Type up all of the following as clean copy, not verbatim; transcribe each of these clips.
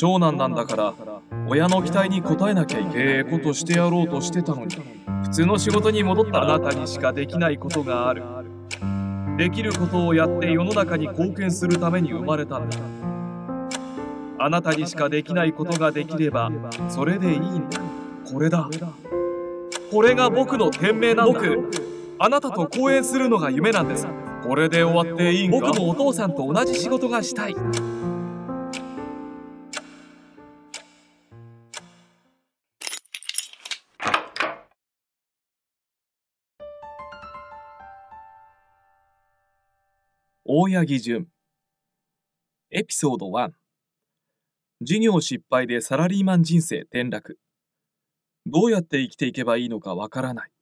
長男なんだから親の期待に応えなきゃいけないことしてやろうとしてたのに、普通の仕事に戻ったらあなたにしかできないことがある。できることをやって世の中に貢献するために生まれたんだ。あなたにしかできないことができればそれでいいんだ。これだ。これが僕の天命なんだ。僕、あなたと講演するのが夢なんです。これで終わっていいんか？僕もお父さんと同じ仕事がしたい。大八木淳。エピソード1。事業失敗でサラリーマン人生転落。どうやって生きていけばいいのかわからない。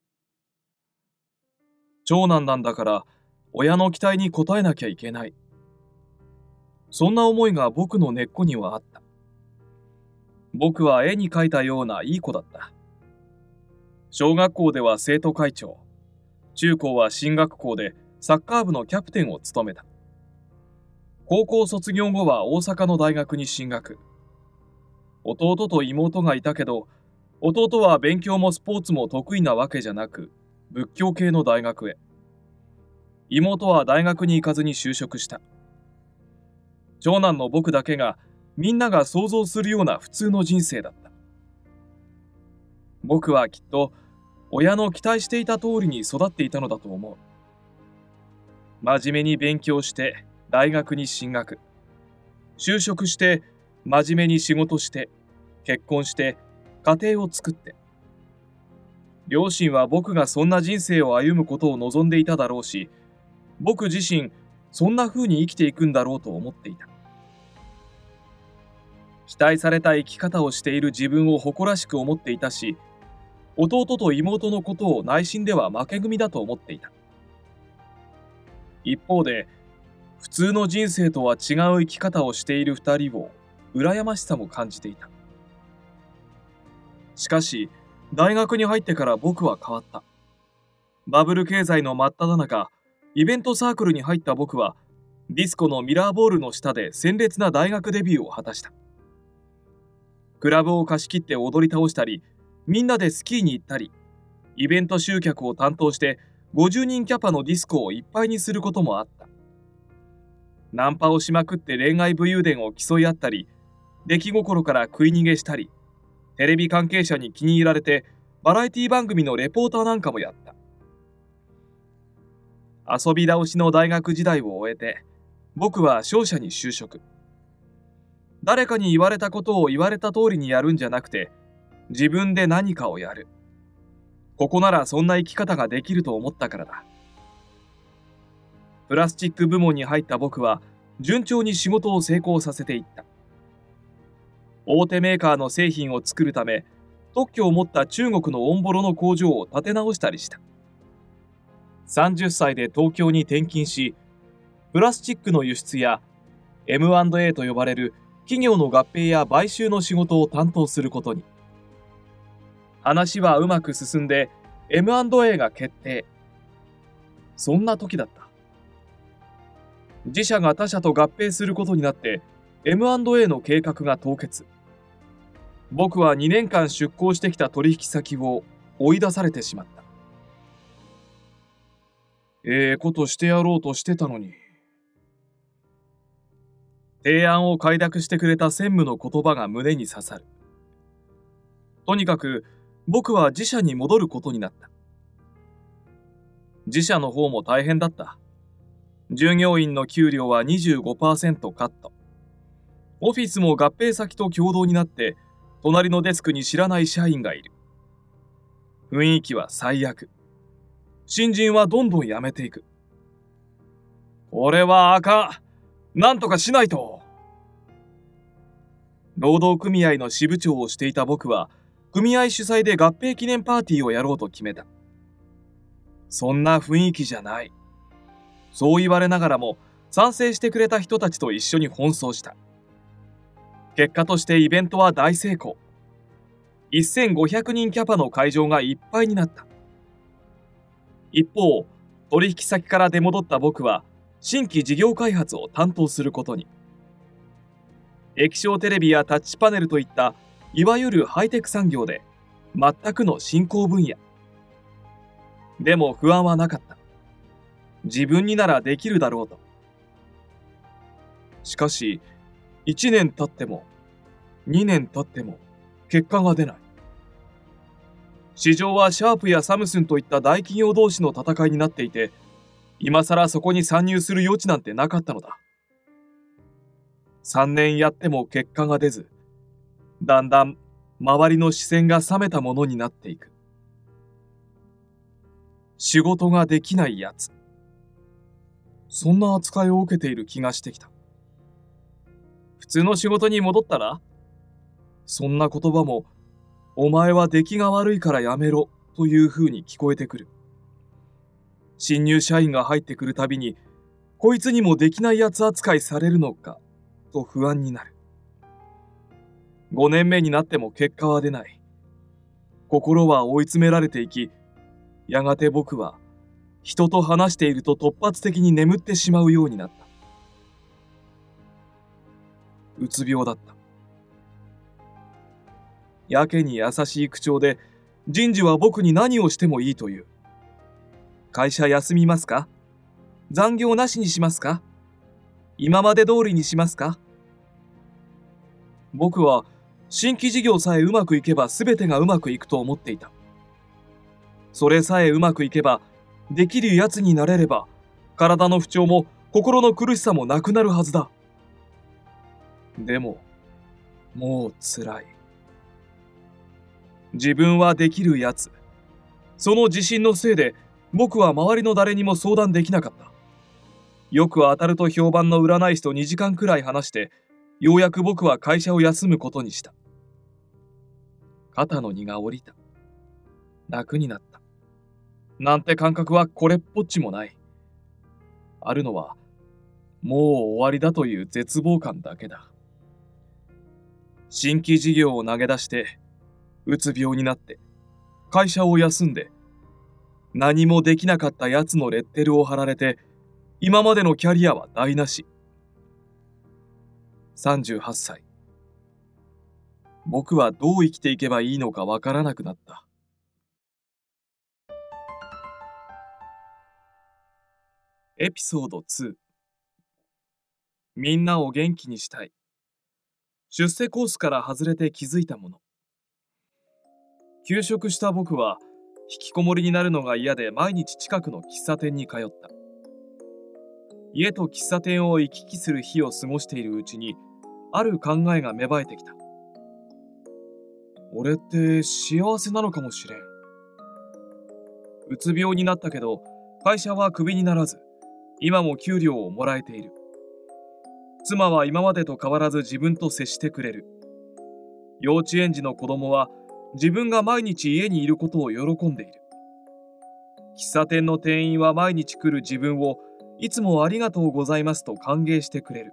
長男なんだから親の期待に応えなきゃいけない。そんな思いが僕の根っこにはあった。僕は絵に描いたようないい子だった。小学校では生徒会長、中高は進学校でサッカー部のキャプテンを務めた。高校卒業後は大阪の大学に進学。弟と妹がいたけど、弟は勉強もスポーツも得意なわけじゃなく、仏教系の大学へ。妹は大学に行かずに就職した。長男の僕だけがみんなが想像するような普通の人生だった。僕はきっと親の期待していた通りに育っていたのだと思う。真面目に勉強して大学に進学。就職して真面目に仕事して結婚して家庭を作って。両親は僕がそんな人生を歩むことを望んでいただろうし、僕自身そんな風に生きていくんだろうと思っていた。期待された生き方をしている自分を誇らしく思っていたし、弟と妹のことを内心では負け組だと思っていた。一方で、普通の人生とは違う生き方をしている二人を羨ましさも感じていた。しかし、大学に入ってから僕は変わった。バブル経済の真っ只中、イベントサークルに入った僕は、ディスコのミラーボールの下で鮮烈な大学デビューを果たした。クラブを貸し切って踊り倒したり、みんなでスキーに行ったり、イベント集客を担当して50人キャパのディスコをいっぱいにすることもあった。ナンパをしまくって恋愛武勇伝を競い合ったり、出来心から食い逃げしたり、テレビ関係者に気に入られてバラエティ番組のレポーターなんかもやった。遊び倒しの大学時代を終えて、僕は商社に就職。誰かに言われたことを言われた通りにやるんじゃなくて、自分で何かをやる。ここならそんな生き方ができると思ったからだ。プラスチック部門に入った僕は順調に仕事を成功させていった。大手メーカーの製品を作るため、特許を持った中国のオンボロの工場を建て直したりした。30歳で東京に転勤し、プラスチックの輸出や M&A と呼ばれる企業の合併や買収の仕事を担当することに。話はうまく進んで M&A が決定。そんな時だった。自社が他社と合併することになって M&A の計画が凍結。僕は2年間出向してきた取引先を追い出されてしまった。ことしてやろうとしてたのに。提案を快諾してくれた専務の言葉が胸に刺さる。とにかく僕は自社に戻ることになった。自社の方も大変だった。従業員の給料は 25% カット。オフィスも合併先と共同になって、隣のデスクに知らない社員がいる。雰囲気は最悪。新人はどんどん辞めていく。これはあかん。なんとかしないと。労働組合の支部長をしていた僕は、組合主催で合併記念パーティーをやろうと決めた。そんな雰囲気じゃない。そう言われながらも、賛成してくれた人たちと一緒に奔走した。結果としてイベントは大成功。1500人キャパの会場がいっぱいになった。一方、取引先から出戻った僕は、新規事業開発を担当することに。 液晶テレビやタッチパネルといったいわゆるハイテク産業で全くの新興分野。でも不安はなかった。自分にならできるだろうと。しかし1年経っても2年経っても結果が出ない。市場はシャープやサムスンといった大企業同士の戦いになっていて、今更そこに参入する余地なんてなかったのだ。3年やっても結果が出ず、だんだん周りの視線が冷めたものになっていく。仕事ができないやつ。そんな扱いを受けている気がしてきた。普通の仕事に戻ったら？そんな言葉も、お前は出来が悪いからやめろという風に聞こえてくる。新入社員が入ってくるたびに、こいつにもできないやつ扱いされるのかと不安になる。5年目になっても結果は出ない。心は追い詰められていき、やがて僕は人と話していると突発的に眠ってしまうようになった。うつ病だった。やけに優しい口調で、人事は僕に何をしてもいいという。会社休みますか？残業なしにしますか？今まで通りにしますか？僕は新規事業さえうまくいけば全てがうまくいくと思っていた。それさえうまくいけば、できるやつになれれば、体の不調も心の苦しさもなくなるはずだ。でも、もう辛い。自分はできるやつ。その自信のせいで、僕は周りの誰にも相談できなかった。よく当たると評判の占い師と2時間くらい話して、ようやく僕は会社を休むことにした。肩の荷が下りた。楽になった。なんて感覚はこれっぽっちもない。あるのは、もう終わりだという絶望感だけだ。新規事業を投げ出して、うつ病になって、会社を休んで、何もできなかった奴のレッテルを貼られて、今までのキャリアは台無し。38歳。僕はどう生きていけばいいのかわからなくなった。エピソード2。みんなを元気にしたい。出世コースから外れて気づいたもの。休職した僕は引きこもりになるのが嫌で毎日近くの喫茶店に通った。家と喫茶店を行き来する日を過ごしているうちに、ある考えが芽生えてきた。俺って幸せなのかもしれん。うつ病になったけど会社はクビにならず、今も給料をもらえている。妻は今までと変わらず自分と接してくれる。幼稚園児の子供は自分が毎日家にいることを喜んでいる。喫茶店の店員は毎日来る自分をいつもありがとうございますと歓迎してくれる。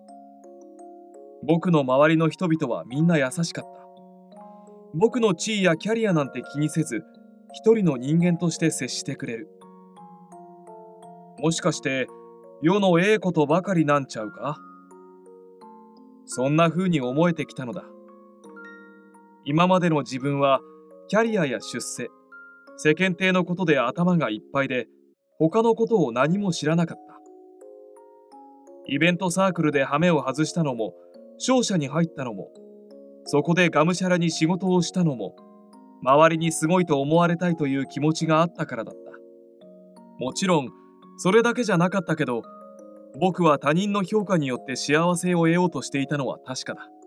僕の周りの人々はみんな優しかった。僕の地位やキャリアなんて気にせず、一人の人間として接してくれる。もしかして世のええことばかりなんちゃうか？そんな風に思えてきたのだ。今までの自分はキャリアや出世、世間体のことで頭がいっぱいで、他のことを何も知らなかった。イベントサークルで羽目を外したのも、商社に入ったのも、そこでがむしゃらに仕事をしたのも、周りにすごいと思われたいという気持ちがあったからだった。もちろんそれだけじゃなかったけど、僕は他人の評価によって幸せを得ようとしていたのは確かだ。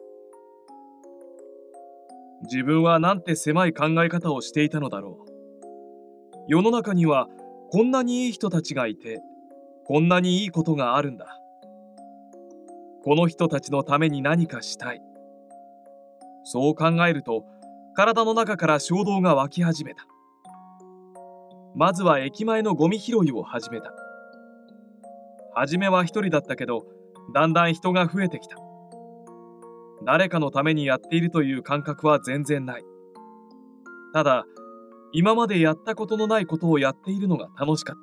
自分はなんて狭い考え方をしていたのだろう。世の中にはこんなにいい人たちがいて、こんなにいいことがあるんだ。この人たちのために何かしたい。そう考えると、体の中から衝動が湧き始めた。まずは駅前のゴミ拾いを始めた。初めは一人だったけど、だんだん人が増えてきた。誰かのためにやっているという感覚は全然ない。ただ、今までやったことのないことをやっているのが楽しかった。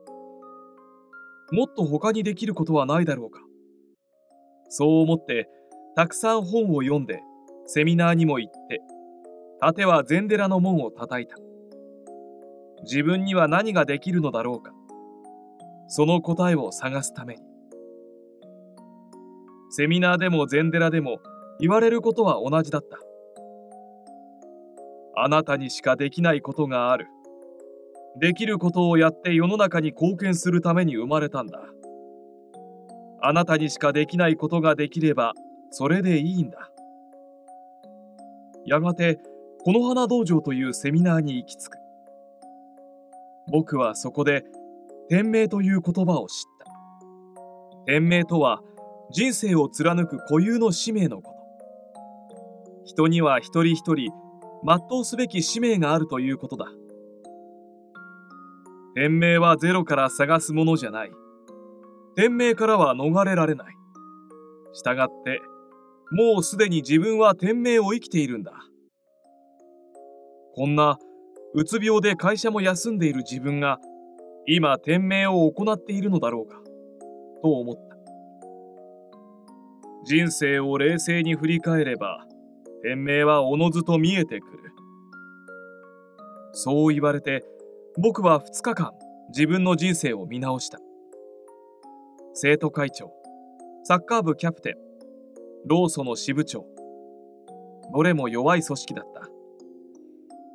もっと他にできることはないだろうか。そう思ってたくさん本を読んで、セミナーにも行って、果ては禅寺の門を叩いた。自分には何ができるのだろうか。その答えを探すために。セミナーでも禅寺でも言われることは同じだった。あなたにしかできないことがある。できることをやって世の中に貢献するために生まれたんだ。あなたにしかできないことができればそれでいいんだ。やがてこの花道場というセミナーに行き着く。僕はそこで天命という言葉を知った。天命とは人生を貫く固有の使命のこと。人には一人一人全うすべき使命があるということだ。天命はゼロから探すものじゃない。天命からは逃れられない。したがって、もうすでに自分は天命を生きているんだ。こんなうつ病で会社も休んでいる自分が今天命を行っているのだろうかと思った。人生を冷静に振り返れば天命はおのずと見えてくる。そう言われて僕は2日間自分の人生を見直した。生徒会長、サッカー部キャプテン、労組の支部長、どれも弱い組織だった。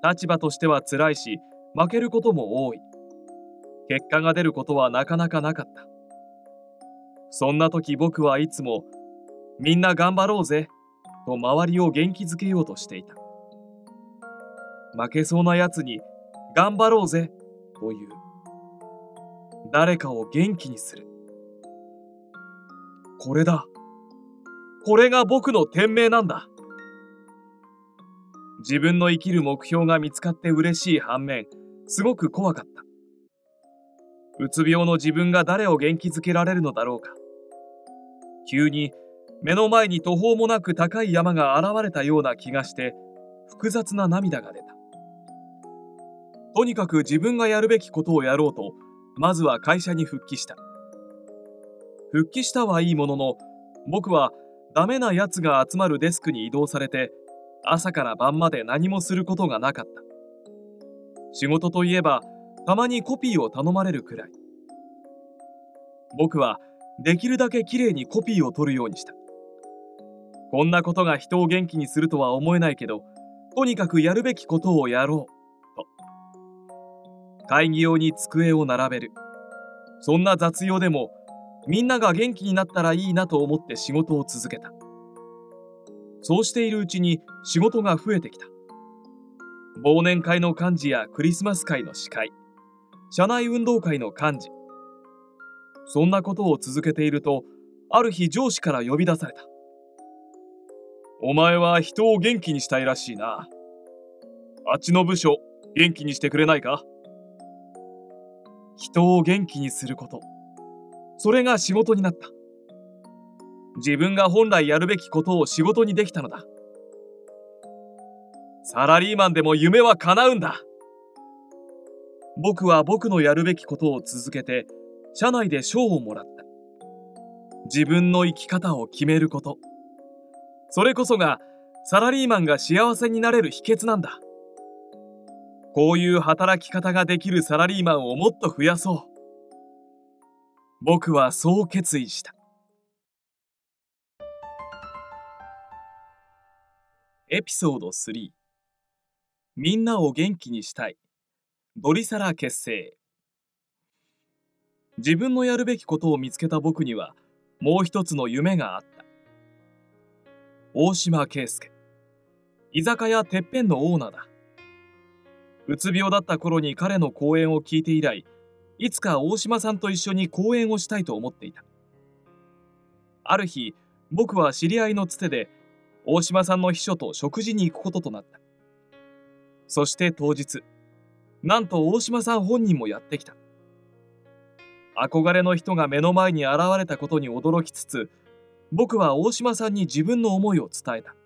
立場としては辛いし負けることも多い。結果が出ることはなかなかなかった。そんな時僕はいつもみんな頑張ろうぜと周りを元気づけようとしていた。負けそうなやつに頑張ろうぜという。誰かを元気にする。これだ。これが僕の天命なんだ。自分の生きる目標が見つかって嬉しい反面、すごく怖かった。うつ病の自分が誰を元気づけられるのだろうか。急に目の前に途方もなく高い山が現れたような気がして複雑な涙が出た。とにかく自分がやるべきことをやろうとまずは会社に復帰した。復帰したはいいものの僕はダメなやつが集まるデスクに移動されて朝から晩まで何もすることがなかった。仕事といえばたまにコピーを頼まれるくらい。僕はできるだけきれいにコピーを取るようにした。こんなことが人を元気にするとは思えないけど、とにかくやるべきことをやろうと。会議用に机を並べる。そんな雑用でもみんなが元気になったらいいなと思って仕事を続けた。そうしているうちに仕事が増えてきた。忘年会の幹事やクリスマス会の司会、社内運動会の幹事。そんなことを続けていると、ある日上司から呼び出された。お前は人を元気にしたいらしいな。あっちの部署、元気にしてくれないか？人を元気にすること。それが仕事になった。自分が本来やるべきことを仕事にできたのだ。サラリーマンでも夢は叶うんだ。僕は僕のやるべきことを続けて、社内で賞をもらった。自分の生き方を決めること。それこそがサラリーマンが幸せになれる秘訣なんだ。こういう働き方ができるサラリーマンをもっと増やそう。僕はそう決意した。エピソード3、みんなを元気にしたい。ドリサラ結成。自分のやるべきことを見つけた僕にはもう一つの夢があった。大島圭介、居酒屋てっぺんのオーナーだ。うつ病だった頃に彼の講演を聞いて以来、いつか大島さんと一緒に講演をしたいと思っていた。ある日、僕は知り合いのつてで大島さんの秘書と食事に行くこととなった。そして当日、なんと大島さん本人もやってきた。憧れの人が目の前に現れたことに驚きつつ、僕は大島さんに自分の思いを伝えた。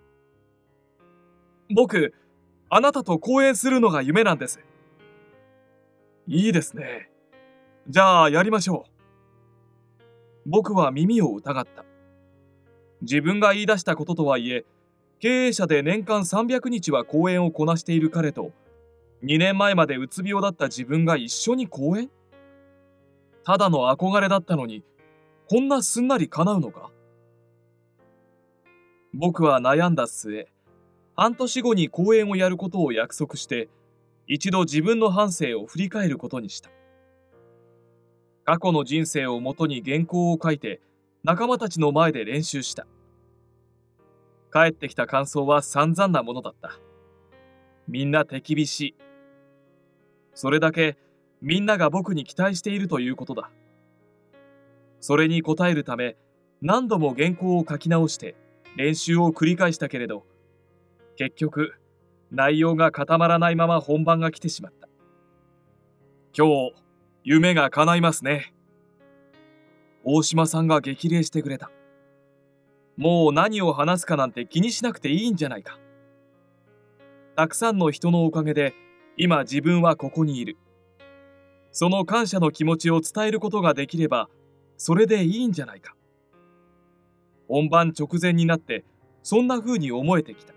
僕、あなたと講演するのが夢なんです。いいですね。じゃあやりましょう。僕は耳を疑った。 自分が言い出したこととはいえ、経営者で年間300日は講演をこなしている彼と、2年前までうつ病だった自分が一緒に講演？ただの憧れだったのに、こんなすんなり叶うのか？僕は悩んだ末、半年後に講演をやることを約束して、一度自分の半生を振り返ることにした。過去の人生をもとに原稿を書いて、仲間たちの前で練習した。帰ってきた感想は散々なものだった。みんな手厳しい。それだけみんなが僕に期待しているということだ。それに応えるため、何度も原稿を書き直して練習を繰り返したけれど、結局内容が固まらないまま本番が来てしまった。今日夢が叶いますね。大島さんが激励してくれた。もう何を話すかなんて気にしなくていいんじゃないか。たくさんの人のおかげで今自分はここにいる。その感謝の気持ちを伝えることができればそれでいいんじゃないか。本番直前になってそんな風に思えてきた。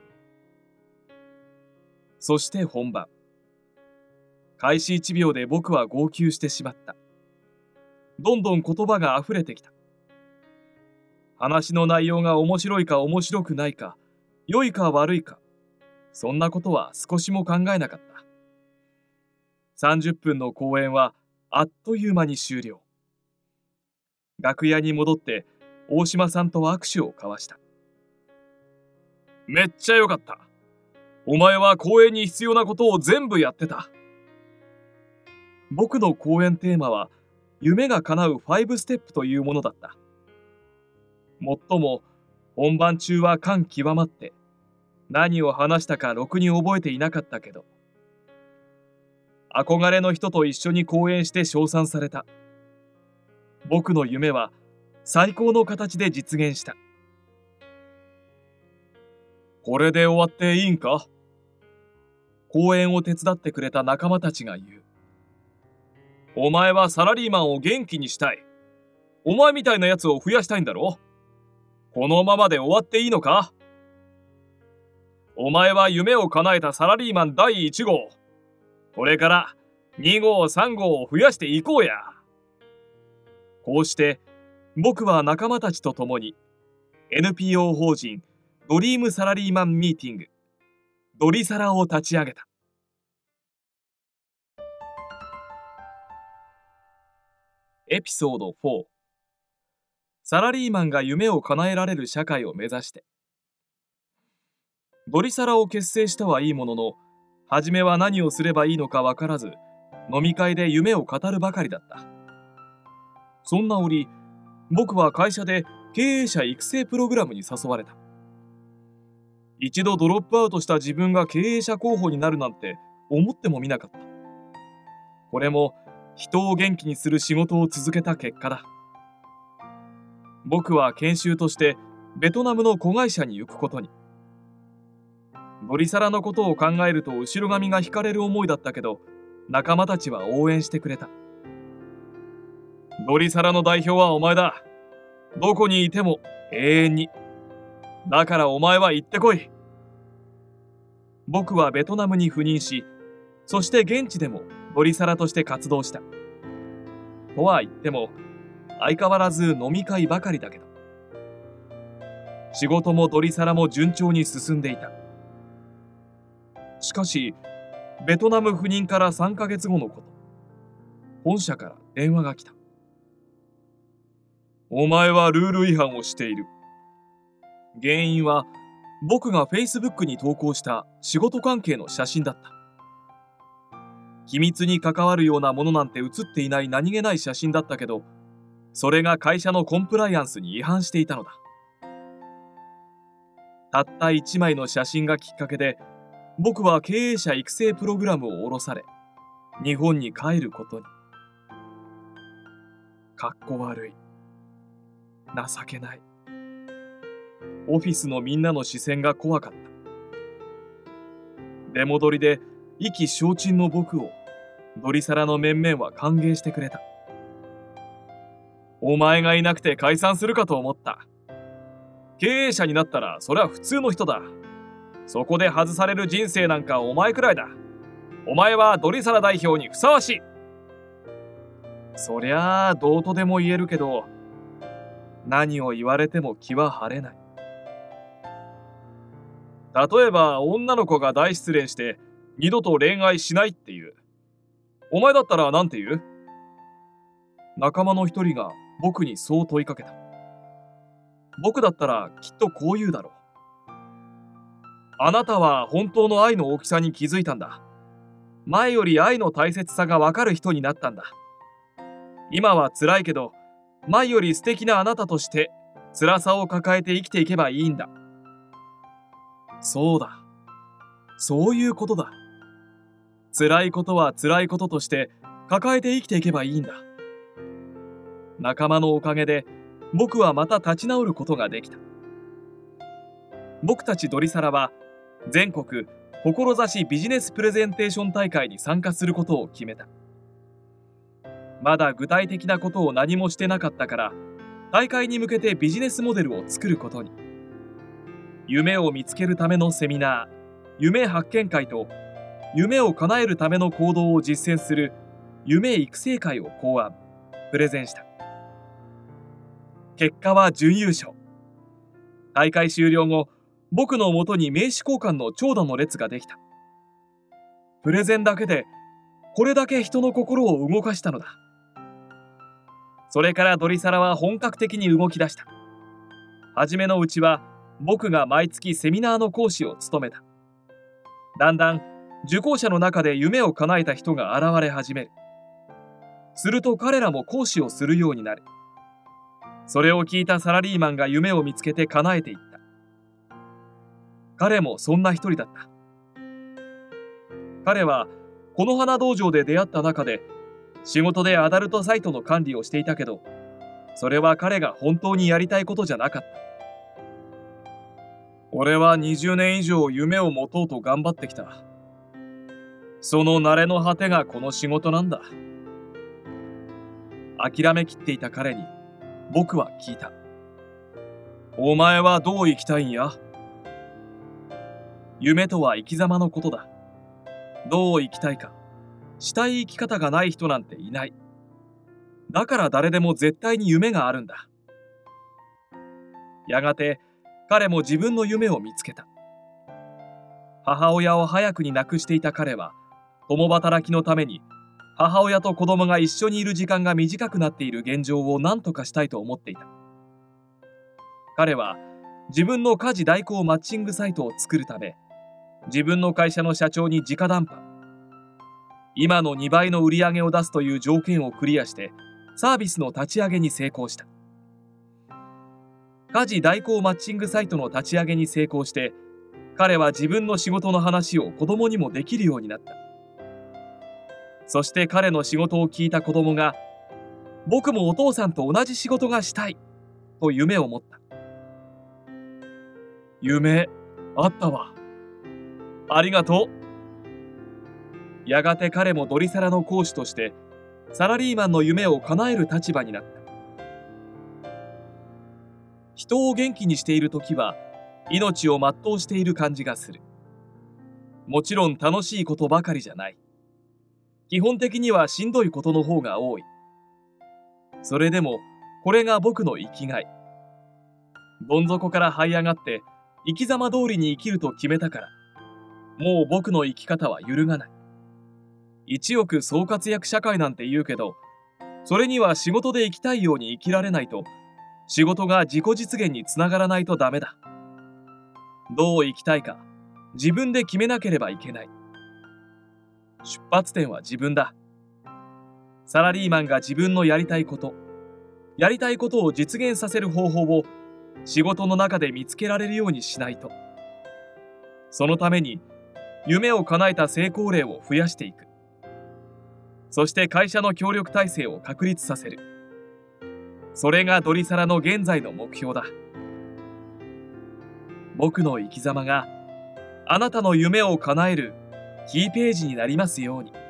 そして本番。開始1秒で僕は号泣してしまった。どんどん言葉が溢れてきた。話の内容が面白いか面白くないか、良いか悪いか、そんなことは少しも考えなかった。30分の講演はあっという間に終了。楽屋に戻って大島さんと握手を交わした。めっちゃ良かった。お前は講演に必要なことを全部やってた。僕の講演テーマは夢が叶う5ステップというものだった。もっとも本番中は感極まって何を話したかろくに覚えていなかったけど、憧れの人と一緒に講演して称賛された。僕の夢は最高の形で実現した。これで終わっていいんか？講演を手伝ってくれた仲間たちが言う。お前はサラリーマンを元気にしたい。お前みたいなやつを増やしたいんだろ？このままで終わっていいのか？お前は夢を叶えたサラリーマン第1号。これから2号3号を増やしていこうや。こうして僕は仲間たちと共に NPO 法人ドリームサラリーマンミーティングドリサラを立ち上げた。エピソード4、サラリーマンが夢を叶えられる社会を目指して。ドリサラを結成したはいいものの、初めは何をすればいいのか分からず、飲み会で夢を語るばかりだった。そんな折、僕は会社で経営者育成プログラムに誘われた。一度ドロップアウトした自分が経営者候補になるなんて思ってもみなかった。これも人を元気にする仕事を続けた結果だ。僕は研修としてベトナムの子会社に行くことに。ドリサラのことを考えると後ろ髪が引かれる思いだったけど、仲間たちは応援してくれた。ドリサラの代表はお前だ。どこにいても永遠に。だからお前は行ってこい。僕はベトナムに赴任し、そして現地でもドリサラとして活動した。とは言っても、相変わらず飲み会ばかりだけど。仕事もドリサラも順調に進んでいた。しかし、ベトナム赴任から3ヶ月後のこと、本社から電話が来た。お前はルール違反をしている。原因は、僕が Facebook に投稿した仕事関係の写真だった。機密に関わるようなものなんて写っていない何気ない写真だったけど、それが会社のコンプライアンスに違反していたのだ。たった1枚の写真がきっかけで、僕は経営者育成プログラムを降ろされ、日本に帰ることに。かっこ悪い。情けない。オフィスのみんなの視線が怖かった。出戻りで意気消沈の僕をドリサラの面々は歓迎してくれた。お前がいなくて解散するかと思った。 経営者になったらそれは普通の人だ。そこで外される人生なんかお前くらいだ。お前はドリサラ代表にふさわしい。そりゃあどうとでも言えるけど、何を言われても気は晴れない。例えば女の子が大失恋して二度と恋愛しないっていう。お前だったらなんて言う？仲間の一人が僕にそう問いかけた。僕だったらきっとこう言うだろう。あなたは本当の愛の大きさに気づいたんだ。前より愛の大切さがわかる人になったんだ。今は辛いけど、前より素敵なあなたとして辛さを抱えて生きていけばいいんだ。そうだ。そういうことだ。辛いことは辛いこととして抱えて生きていけばいいんだ。仲間のおかげで僕はまた立ち直ることができた。僕たちドリサラは全国志ビジネスプレゼンテーション大会に参加することを決めた。まだ具体的なことを何もしてなかったから、大会に向けてビジネスモデルを作ることに。夢を見つけるためのセミナー、夢発見会と、夢を叶えるための行動を実践する夢育成会を考案、プレゼンした。結果は準優勝。大会終了後、僕のもとに名刺交換の長蛇の列ができた。プレゼンだけでこれだけ人の心を動かしたのだ。それからドリサラは本格的に動き出した。はじめのうちは僕が毎月セミナーの講師を務めた。だんだん受講者の中で夢を叶えた人が現れ始める。すると彼らも講師をするようになる。それを聞いたサラリーマンが夢を見つけて叶えていった。彼もそんな一人だった。彼はこの花道場で出会った中で仕事でアダルトサイトの管理をしていたけど、それは彼が本当にやりたいことじゃなかった。俺は20年以上夢を持とうと頑張ってきた。その慣れの果てがこの仕事なんだ。諦めきっていた彼に僕は聞いた。お前はどう生きたいんや？夢とは生き様のことだ。どう生きたいか、したい生き方がない人なんていない。だから誰でも絶対に夢があるんだ。やがて彼も自分の夢を見つけた。母親を早くに亡くしていた彼は、共働きのために母親と子供が一緒にいる時間が短くなっている現状を何とかしたいと思っていた。彼は自分の家事代行マッチングサイトを作るため、自分の会社の社長に直談判。今の2倍の売り上げを出すという条件をクリアしてサービスの立ち上げに成功した。家事代行マッチングサイトの立ち上げに成功して、彼は自分の仕事の話を子供にもできるようになった。そして彼の仕事を聞いた子供が、僕もお父さんと同じ仕事がしたいと夢を持った。夢あったわ。ありがとう。やがて彼もドリサラの講師としてサラリーマンの夢を叶える立場になった。人を元気にしている時は命を全うしている感じがする。もちろん楽しいことばかりじゃない。基本的にはしんどいことの方が多い。それでもこれが僕の生きがい。どん底から這い上がって生き様通りに生きると決めたから、もう僕の生き方は揺るがない。一億総活躍社会なんて言うけど、それには仕事で生きたいように生きられないと、仕事が自己実現につながらないとダメだ。どう生きたいか、自分で決めなければいけない。出発点は自分だ。サラリーマンが自分のやりたいこと、やりたいことを実現させる方法を仕事の中で見つけられるようにしないと。そのために夢を叶えた成功例を増やしていく。そして会社の協力体制を確立させる。それがドリサラの現在の目標だ。僕の生き様があなたの夢を叶えるキーページになりますように。